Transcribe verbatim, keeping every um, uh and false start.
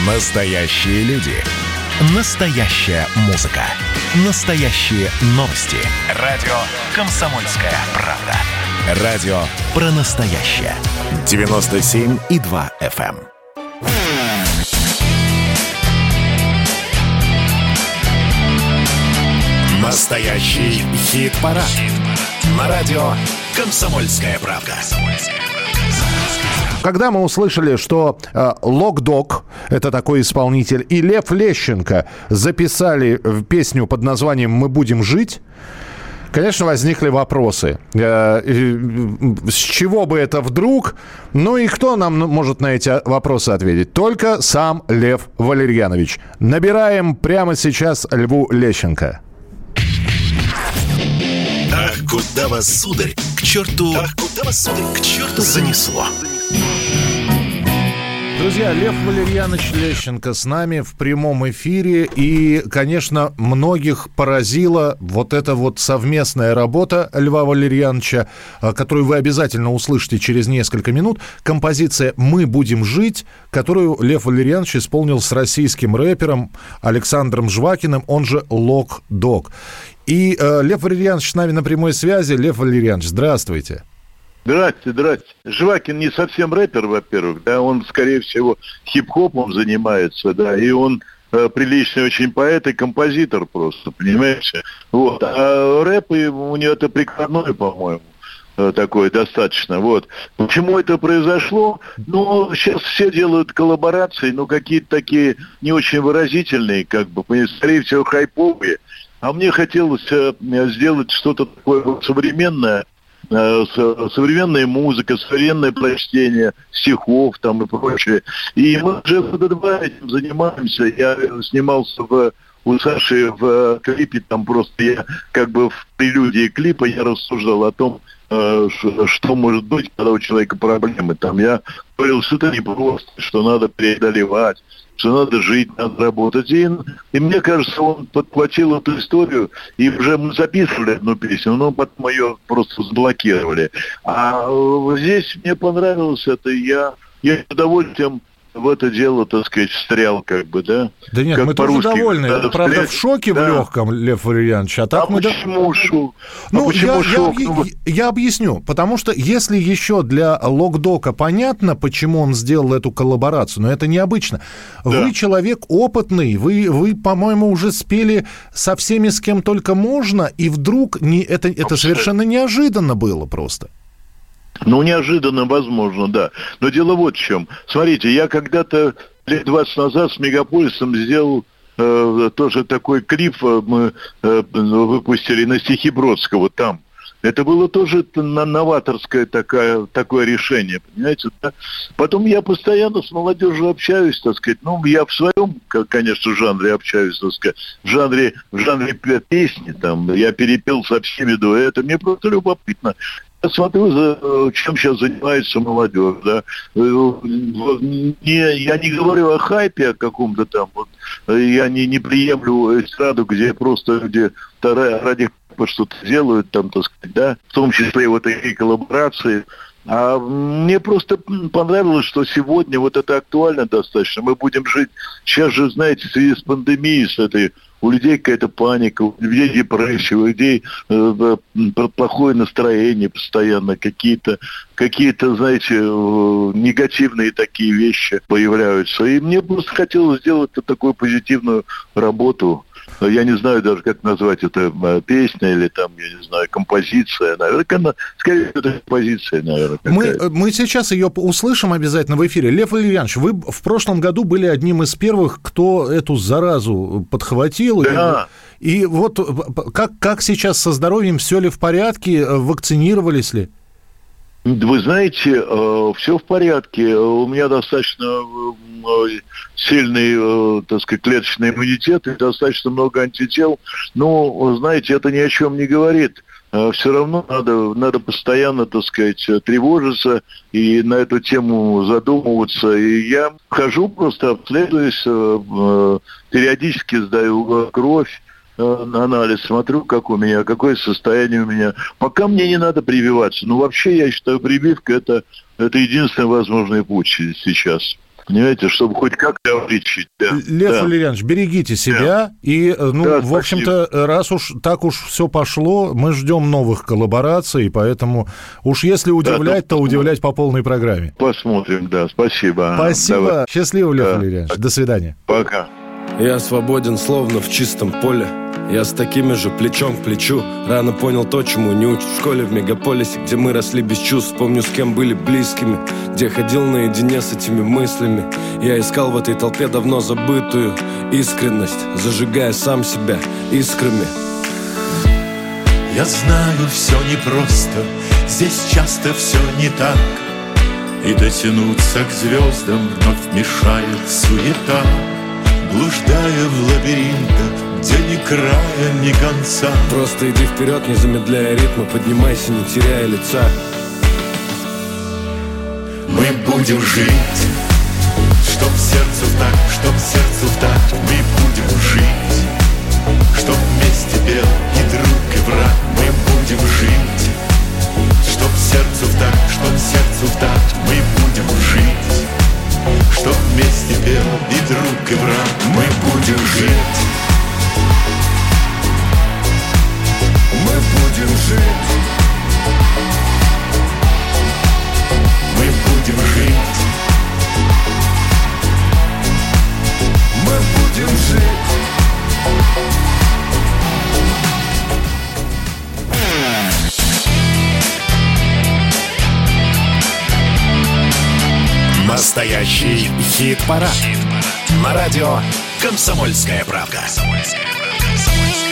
Настоящие люди. Настоящая музыка. Настоящие новости. Радио «Комсомольская правда». Радио про настоящее. девяносто семь и два эф эм. Настоящий хит-парад. На радио «Комсомольская правда». Когда мы услышали, что э, Лок-Дог, это такой исполнитель, и Лев Лещенко записали песню под названием «Мы будем жить», конечно, возникли вопросы. Э, э, с чего бы это вдруг? Ну и кто нам может на эти вопросы ответить? Только сам Лев Валерьянович. Набираем прямо сейчас Льву Лещенко. Ах, куда вас, сударь, к черту... Ах, куда вас, сударь, к черту занесло. Друзья, Лев Валерьянович Лещенко с нами в прямом эфире. И, конечно, многих поразила вот эта вот совместная работа Льва Валерьяновича, которую вы обязательно услышите через несколько минут. Композиция «Мы будем жить», которую Лев Валерьянович исполнил с российским рэпером Александром Жвакиным, он же Лок-Дог. И э, Лев Валерьянович с нами на прямой связи. Лев Валерьянович, здравствуйте. Здрасте, здрасте. Жвакин не совсем рэпер, во-первых, да, он, скорее всего, хип-хопом занимается, да, и он э, приличный очень поэт и композитор просто, понимаете? Вот. А рэп у него это прикладной, по-моему, э, такой достаточно, вот. Почему это произошло? Ну, сейчас все делают коллаборации, но какие-то такие не очень выразительные, как бы, скорее всего, хайповые. А мне хотелось э, сделать что-то такое вот современное, современная музыка, современное прочтение стихов там и прочее. И мы уже два этим занимаемся. Я снимался в, у Саши в клипе, там просто я как бы в прелюдии клипа я рассуждал о том, что может быть, когда у человека проблемы. Там я говорил, что это непросто, что надо преодолевать, что надо жить, надо работать. И, и мне кажется, он подхватил эту историю, и уже мы записывали одну песню, но потом ее просто заблокировали. А здесь мне понравилось это, я, я с удовольствием в это дело, так сказать, встрял, как бы, да? Да нет, как мы тоже довольны. Да, правда, встрять. в шоке да. в легком, Лев Валерьянович. А, так а мы почему да... шок? Ну, а почему я, шок? Я, ну... я, я объясню. Потому что если еще для Лок-Дока понятно, почему он сделал эту коллаборацию, но это необычно. Да. Вы человек опытный, вы, вы, по-моему, уже спели со всеми, с кем только можно, и вдруг не, это, это совершенно неожиданно было просто. Ну, неожиданно, возможно, да. Но дело вот в чем. Смотрите, я когда-то лет двадцать назад с Мегаполисом сделал э, тоже такой клип, э, мы э, выпустили на стихи Бродского там. Это было тоже новаторское такое, такое решение, понимаете? Да? Потом я постоянно с молодежью общаюсь, так сказать. Ну, я в своем, конечно, жанре общаюсь, так сказать. В жанре, в жанре песни, там, я перепел со всеми дуэтами. Мне просто любопытно. Я смотрю, за, чем сейчас занимается молодежь, да. Не, я не говорю о хайпе о каком-то там, вот. Я не, не приемлю эстраду, где просто люди ради что-то делают, там, так сказать, да, в том числе вот такие коллаборации. А мне просто понравилось, что сегодня вот это актуально достаточно. Мы будем жить... Сейчас же, знаете, в связи с пандемией, с этой... У людей какая-то паника, у людей депрессия, у людей э, плохое настроение постоянно, какие-то, какие-то, знаете, э, негативные такие вещи появляются. И мне просто хотелось сделать такую позитивную работу. Я не знаю даже, как назвать это, песня или там, я не знаю, композиция. Наверное, скорее, это композиция, наверное. Мы, мы сейчас ее услышим обязательно в эфире. Лев Валерьянович, вы в прошлом году были одним из первых, кто эту заразу подхватил. Да. И, и вот как, как сейчас со здоровьем? Все ли в порядке? Вакцинировались ли? Вы знаете, э, все в порядке. У меня достаточно э, сильный, э, так сказать, клеточный иммунитет и достаточно много антител. Но, знаете, это ни о чем не говорит. Э, все равно надо, надо постоянно, так сказать, тревожиться и на эту тему задумываться. И я хожу, просто обследуюсь, э, э, периодически сдаю кровь, анализ, смотрю, как у меня, какое состояние у меня. Пока мне не надо прививаться. Но вообще, я считаю, прививка это, это единственный возможный путь сейчас. Понимаете, чтобы хоть как-то вылечить. Да. Лев да. Валерьянович, берегите себя. Да. И, ну, да, в общем-то, раз уж так уж все пошло, мы ждем новых коллабораций, поэтому уж если удивлять, да, то удивлять по полной программе. Посмотрим, да. Спасибо. Спасибо. Давай. Счастливо, Лев да. Валерьянович. До свидания. Пока. Я свободен, словно в чистом поле. Я с такими же плечом к плечу. Рано понял то, чему не учат в школе. В мегаполисе, где мы росли без чувств. Помню, с кем были близкими, где ходил наедине с этими мыслями. Я искал в этой толпе давно забытую искренность, зажигая сам себя искрами. Я знаю, все непросто, здесь часто все не так. И дотянуться к звездам вновь мешает суета. Блуждая в лабиринтах, где ни края, ни конца. Просто иди вперед, не замедляя ритма, поднимайся, не теряя лица. Мы будем жить, чтоб сердцу так, чтоб сердцу так. Мы будем жить, чтоб вместе пел и друг, и враг. Мы будем жить, чтоб сердцу так, чтоб сердцу так. Мы будем жить, чтоб вместе пел и друг, и враг. Мы будем жить. Мы будем жить. Мы будем жить. Мы будем жить. Настоящий хит-парад. Хит-парад. На радио «Комсомольская правда».